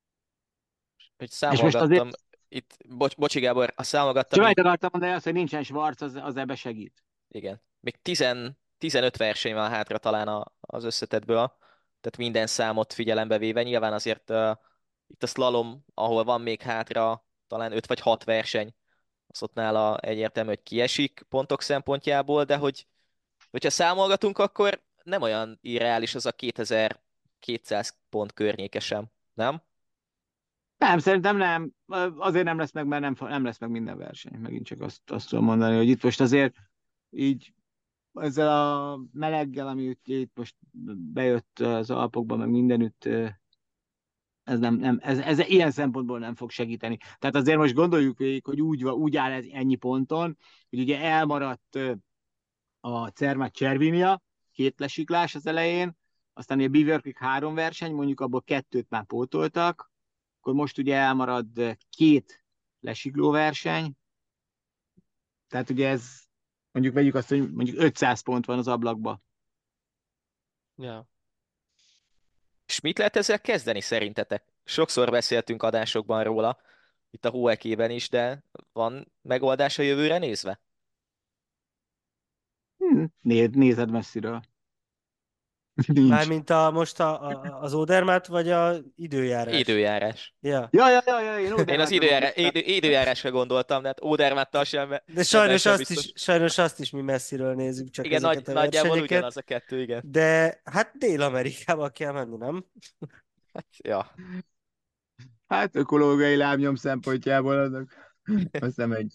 Hogy És most számolgattam, azért, itt, bocs, bocsi Gábor, ha számolgattam csak így, annyit akartam mondani azt, hogy nincsen Schwarz, az, az ebbe segít. igen, még tíz, tizenöt verseny van hátra talán a, az összetettből, tehát minden számot figyelembe véve, nyilván azért uh, itt a slalom, ahol van még hátra talán öt vagy hat verseny, az ott nála egyértelmű, hogy kiesik pontok szempontjából, de hogy hogyha számolgatunk, akkor nem olyan irreális az a kétezer-kétszáz pont környéke sem, nem? Nem, szerintem nem. Azért nem lesz meg, mert nem, nem lesz meg minden verseny. Megint csak azt, azt tudom mondani, hogy itt most azért így ezzel a meleggel, ami itt, itt most bejött az Alpokban, meg mindenütt, ez nem, nem ez, ez ilyen szempontból nem fog segíteni. Tehát azért most gondoljuk végig, hogy úgy, va- úgy áll ez ennyi ponton, hogy ugye elmaradt a Cermat Cervinia, két lesiklás az elején, aztán ugye Beaver Creek három verseny, mondjuk abból kettőt már pótoltak, akkor most ugye elmarad két lesikló verseny, tehát ugye ez, mondjuk vegyük azt, hogy mondjuk ötszáz pont van az ablakba. Ja. És mit lehet ezzel kezdeni szerintetek? Sokszor beszéltünk adásokban róla, itt a Hóekében is, de van megoldás a jövőre nézve? Hm, nézd, nézed messziről. Nincs. Mármint a, most a, a, az Odermatt, vagy a időjárás? Időjárás. Ja. Ja, ja, ja, ja, én Én az Odermattra időjárás, gondoltam. idő, időjárásra gondoltam, de hát Odermattal sem, De ebben sajnos sem azt biztos. is, sajnos azt is mi messziről nézzük csak Igen, nagy, ezeket a nagyjából versenyeket, ugyanaz a kettő, igen. de hát Dél-Amerikába kell menni, nem? Hát, ja. Hát ökológiai lábnyom szempontjából azok. Azt nem egy.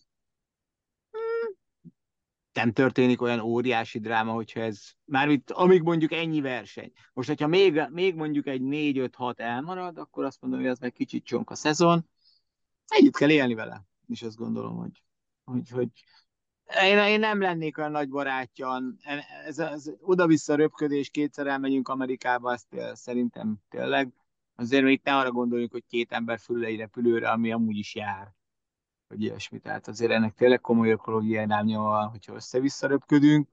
Nem történik olyan óriási dráma, hogyha ez, mármint amíg mondjuk ennyi verseny. Most, hogyha még, még mondjuk egy négy öt hat elmarad, akkor azt mondom, hogy az meg kicsit csonk a szezon. Együtt kell élni vele. És azt gondolom, hogy, hogy, hogy én, én nem lennék olyan nagy barátja. Ez, ez oda-vissza röpködés, kétszer elmegyünk Amerikába, azt tél, szerintem tényleg. Azért még ne arra gondoljunk, hogy két ember fül egy repülőre, ami amúgy is jár, vagy ilyesmi. Tehát azért ennek tényleg komoly ökológiai lábnyoma van, hogyha össze-vissza röpködünk.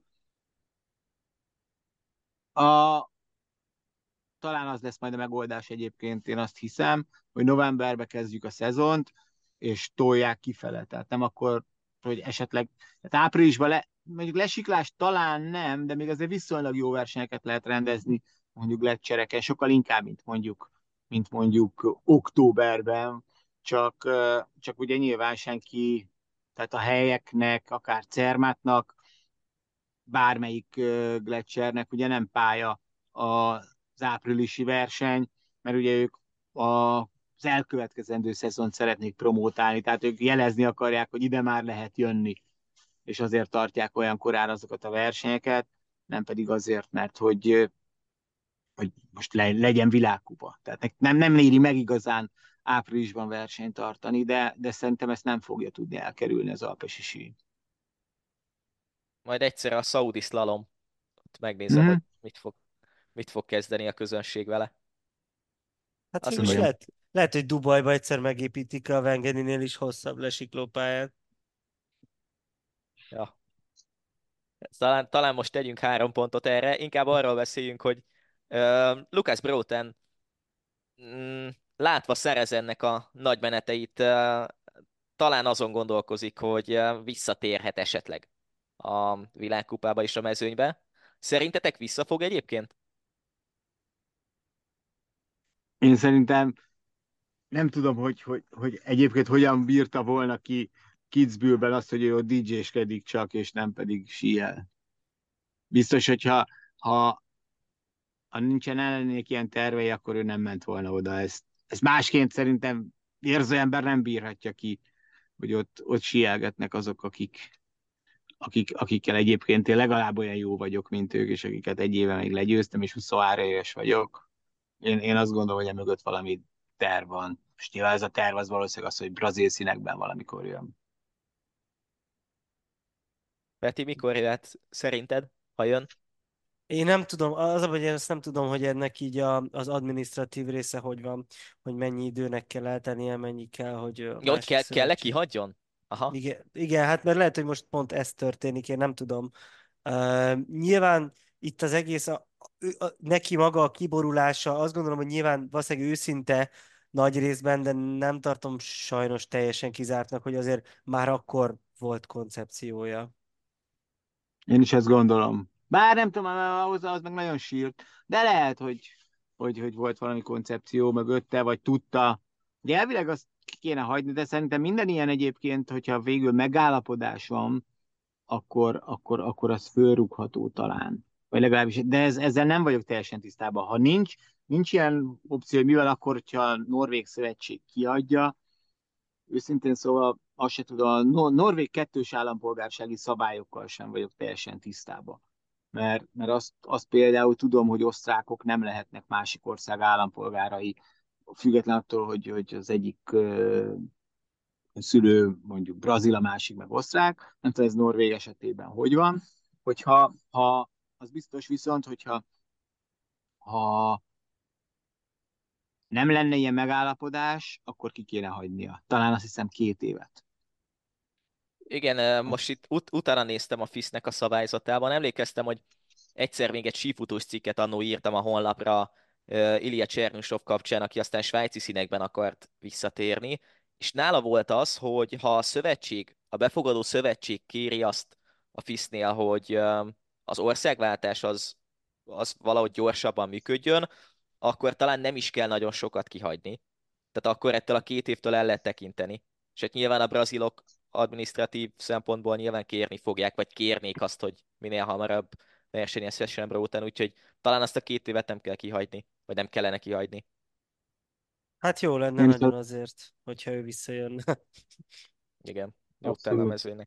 A, talán az lesz majd a megoldás egyébként, én azt hiszem, hogy novemberbe kezdjük a szezont, és tolják kifele. Tehát nem akkor, hogy esetleg, tehát áprilisban le, mondjuk lesiklás talán nem, de még azért viszonylag jó versenyeket lehet rendezni, mondjuk lecsereken, sokkal inkább, mint mondjuk, mint mondjuk októberben, csak, csak ugye nyilván senki, tehát a helyeknek, akár Cermátnak, bármelyik Gletschernek ugye nem pálya az áprilisi verseny, mert ugye ők a, az elkövetkezendő szezont szeretnék promótálni, tehát ők jelezni akarják, hogy ide már lehet jönni, és azért tartják olyan korán azokat a versenyeket, nem pedig azért, mert hogy, hogy most le, legyen világkupa. Tehát nem, nem éri meg igazán áprilisban versenyt tartani, de, de szerintem ezt nem fogja tudni elkerülni az alpesi sí. Majd egyszer a Saudi slalom. Ott megnézem, Mm-hmm. hogy mit fog, mit fog kezdeni a közönség vele. Hát Azt végül is hiszem, Nagyon. lehet, Lehet, hogy Dubajba egyszer megépítik a Vengeninél is hosszabb lesiklópályát. Ja. Talán, talán most tegyünk három pontot erre, inkább arról beszéljünk, hogy uh, Lucas Broughton mm, látva Szerezennek a nagy meneteit, uh, talán azon gondolkozik, hogy uh, visszatérhet esetleg a világkupába és a mezőnybe. Szerintetek visszafog egyébként? Én szerintem nem tudom, hogy, hogy, hogy egyébként hogyan bírta volna ki Kitzbühelben azt, hogy ő ott dé dzséskedik csak, és nem pedig síel. Biztos, hogyha ha, ha nincsen ellenék ilyen tervei, akkor ő nem ment volna oda. Ezt, ezt másként szerintem érző ember nem bírhatja ki, hogy ott, ott síelgetnek azok, akik, akik, akikkel egyébként én legalább olyan jó vagyok, mint ők, és akiket egy éve még legyőztem, és huszonhárom éves vagyok. Én, én azt gondolom, hogy emögött valami terv van. És nyilván ez a terv az valószínűleg az, hogy brazil színekben valamikor jön. Peti, mikor jöhet szerinted, ha jön? Én nem tudom, az a, hogy én ezt nem tudom, hogy ennek így a, az administratív része hogy van, hogy mennyi időnek kell eltennie, mennyi kell, hogy a Ja, hogy másik kell, kell-e szövetség. kihagyjon? Aha. Igen, igen, hát mert lehet, hogy most pont ez történik, én nem tudom. Uh, nyilván itt az egész, a, a, a, neki maga a kiborulása, azt gondolom, hogy nyilván valószínűleg őszinte nagy részben, de nem tartom sajnos teljesen kizártnak, hogy azért már akkor volt koncepciója. Én is ezt gondolom. Bár nem tudom, mert ahhoz az meg nagyon sírt, de lehet, hogy, hogy, hogy volt valami koncepció mögötte, vagy tudta. De elvileg azt ki kéne hagyni, de szerintem minden ilyen egyébként, hogyha végül megállapodás van, akkor, akkor, akkor az fölrúgható talán. Vagy legalábbis, de ez, ezzel nem vagyok teljesen tisztában. Ha nincs, nincs ilyen opció, hogy mivel akkor, hogyha a Norvég Szövetség kiadja, őszintén szóval azt se tudom, a no- norvég kettős állampolgársági szabályokkal sem vagyok teljesen tisztában. Mert, mert azt, azt például tudom, hogy osztrákok nem lehetnek másik ország állampolgárai, független attól, hogy, hogy az egyik ö, szülő mondjuk brazil, a másik meg osztrák. Nem tudom, ez Norvég esetében hogy van. Hogyha, ha, az biztos viszont, hogyha ha nem lenne ilyen megállapodás, akkor ki kéne hagynia. Talán azt hiszem két évet. Igen, eh, most itt ut- utána néztem a fisznek a szabályzatában. Emlékeztem, hogy egyszer még egy sífutós cikket annó írtam a honlapra uh, Ilya Csernusov kapcsán, aki aztán svájci színekben akart visszatérni, és nála volt az, hogy ha a szövetség, a befogadó szövetség kéri azt a fisznél, hogy uh, az országváltás az, az valahogy gyorsabban működjön, akkor talán nem is kell nagyon sokat kihagyni. Tehát akkor ettől a két évtől el lehet tekinteni. És hát nyilván a brazilok adminisztratív szempontból nyilván kérni fogják, vagy kérnék azt, hogy minél hamarabb versenyezhessen Broughton, úgyhogy talán azt a két évet nem kell kihagyni, vagy nem kellene kihagyni. Hát jó lenne Én is nagyon azért, hogyha ő visszajön. Igen, jót tenne a abszolút. mezőnek.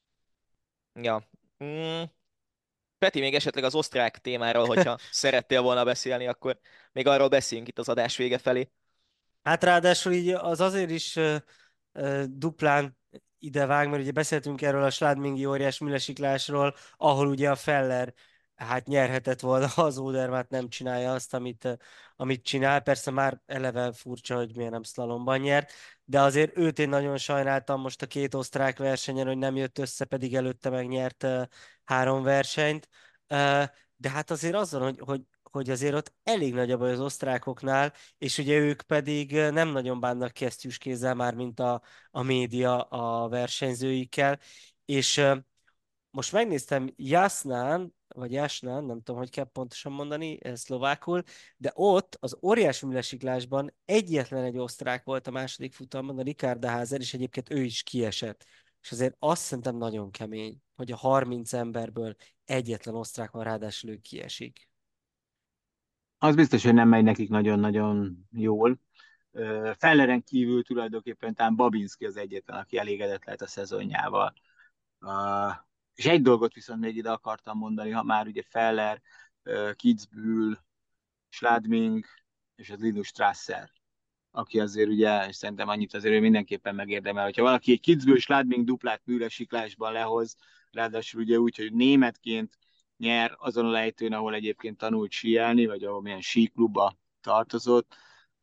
Ja. Mm. Peti, még esetleg az osztrák témáról, hogyha szerettél volna beszélni, akkor még arról beszéljünk itt az adás vége felé. Hát ráadásul így az azért is ö, ö, duplán idevág, mert ugye beszéltünk erről a Schladmingi óriás műlesiklásról, ahol ugye a Feller hát nyerhetett volna, ha az Odermatt nem csinálja azt, amit, ö, amit csinál. Persze már eleve furcsa, hogy miért nem szlalomban nyert, de azért őt én nagyon sajnáltam most a két osztrák versenyen, hogy nem jött össze, pedig előtte megnyert ö, három versenyt. Ö, de hát azért azzal, hogy, hogy, hogy azért ott elég nagy a baj az osztrákoknál, és ugye ők pedig nem nagyon bánnak kesztyűs kézzel már, mint a, a média a versenyzőikkel, és ö, most megnéztem Jasnán, vagy Jasnán, nem tudom, hogy kell pontosan mondani, ez szlovákul, de ott az óriás műlesiklásban egyetlen egy osztrák volt a második futamban, a Ricard de Hazer, és egyébként ő is kiesett. És azért azt szerintem nagyon kemény, hogy a harminc emberből egyetlen osztrák van, ráadásul ő kiesik. Az biztos, hogy nem megy nekik nagyon-nagyon jól. Ö, Felleren kívül tulajdonképpen talán Babinski az egyetlen, aki elégedett lehet a szezonjával. Uh, és egy dolgot viszont még ide akartam mondani, ha már ugye Feller, uh, Kitzbühel, Schladming és az Linus Strasser, aki azért ugye, és szerintem annyit azért ő mindenképpen megérdemel, hogyha valaki egy Kitzbühel, Schladming duplát műlesiklásban lehoz, ráadásul ugye úgy, hogy németként nyer azon a lejtőn, ahol egyébként tanult síelni, vagy ahol milyen síklubba tartozott,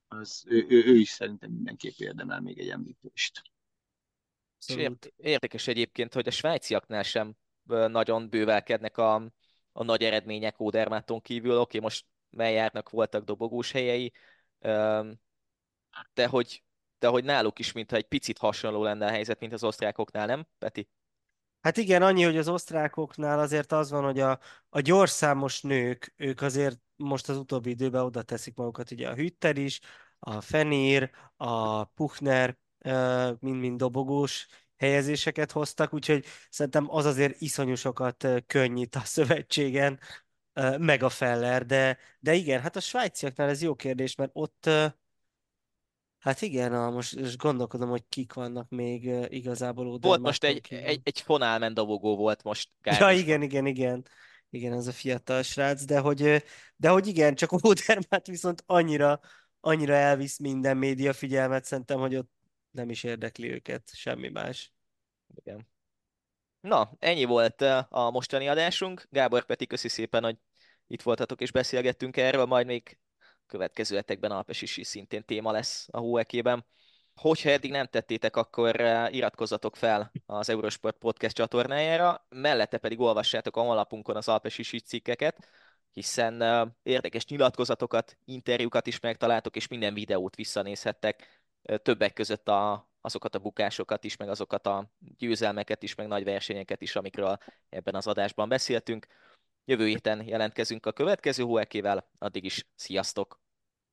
az, ő, ő, ő is szerintem mindenképp érdemel még egy említést. És ér- Abszolút. érdekes egyébként, hogy a svájciaknál sem ö, nagyon bővelkednek a, a nagy eredmények Odermátton kívül. Oké, most Meyernek voltak dobogós helyei, ö, de hogy, de hogy náluk is, mintha egy picit hasonló lenne a helyzet, mint az osztrákoknál, nem, Peti? Hát igen, annyi, hogy az osztrákoknál azért az van, hogy a, a gyorszámos nők, ők azért most az utóbbi időben oda teszik magukat, ugye a Hütter is, a Fenér, a Puchner, ö, mind-mind dobogós helyezéseket hoztak, úgyhogy szerintem az azért iszonyú sokat ö, könnyít a szövetségen, ö, meg a Feller, de, de igen, hát a svájciaknál ez jó kérdés, mert ott, ö, hát igen, a, most, most gondolkodom, hogy kik vannak még ö, igazából Volt most Odermatton egy, egy, kívül. egy Fonálmen dobogó volt most Ja, igen, Gármusban. igen, igen. Igen, ez a fiatal srác, de hogy, de hogy igen, csak Odermatt viszont annyira, annyira elvisz minden média figyelmet, szerintem, hogy ott nem is érdekli őket, semmi más. Igen. Na, ennyi volt eh, a mostani adásunk. Gábor, Peti, köszi szépen, hogy itt voltatok és beszélgettünk erről, majd még következő hetekben Alpes is szintén téma lesz a hóekében. Hogyha eddig nem tettétek, akkor eh, iratkozzatok fel az Eurosport Podcast csatornájára, mellette pedig olvassátok a honlapunkon az Alpes cikkeket, hiszen eh, érdekes nyilatkozatokat, interjúkat is megtaláltok, és minden videót visszanézhettek, eh, többek között a, azokat a bukásokat is, meg azokat a győzelmeket is, meg nagy versenyeket is, amikről ebben az adásban beszéltünk. Jövő héten jelentkezünk a következő hóekével, addig is sziasztok!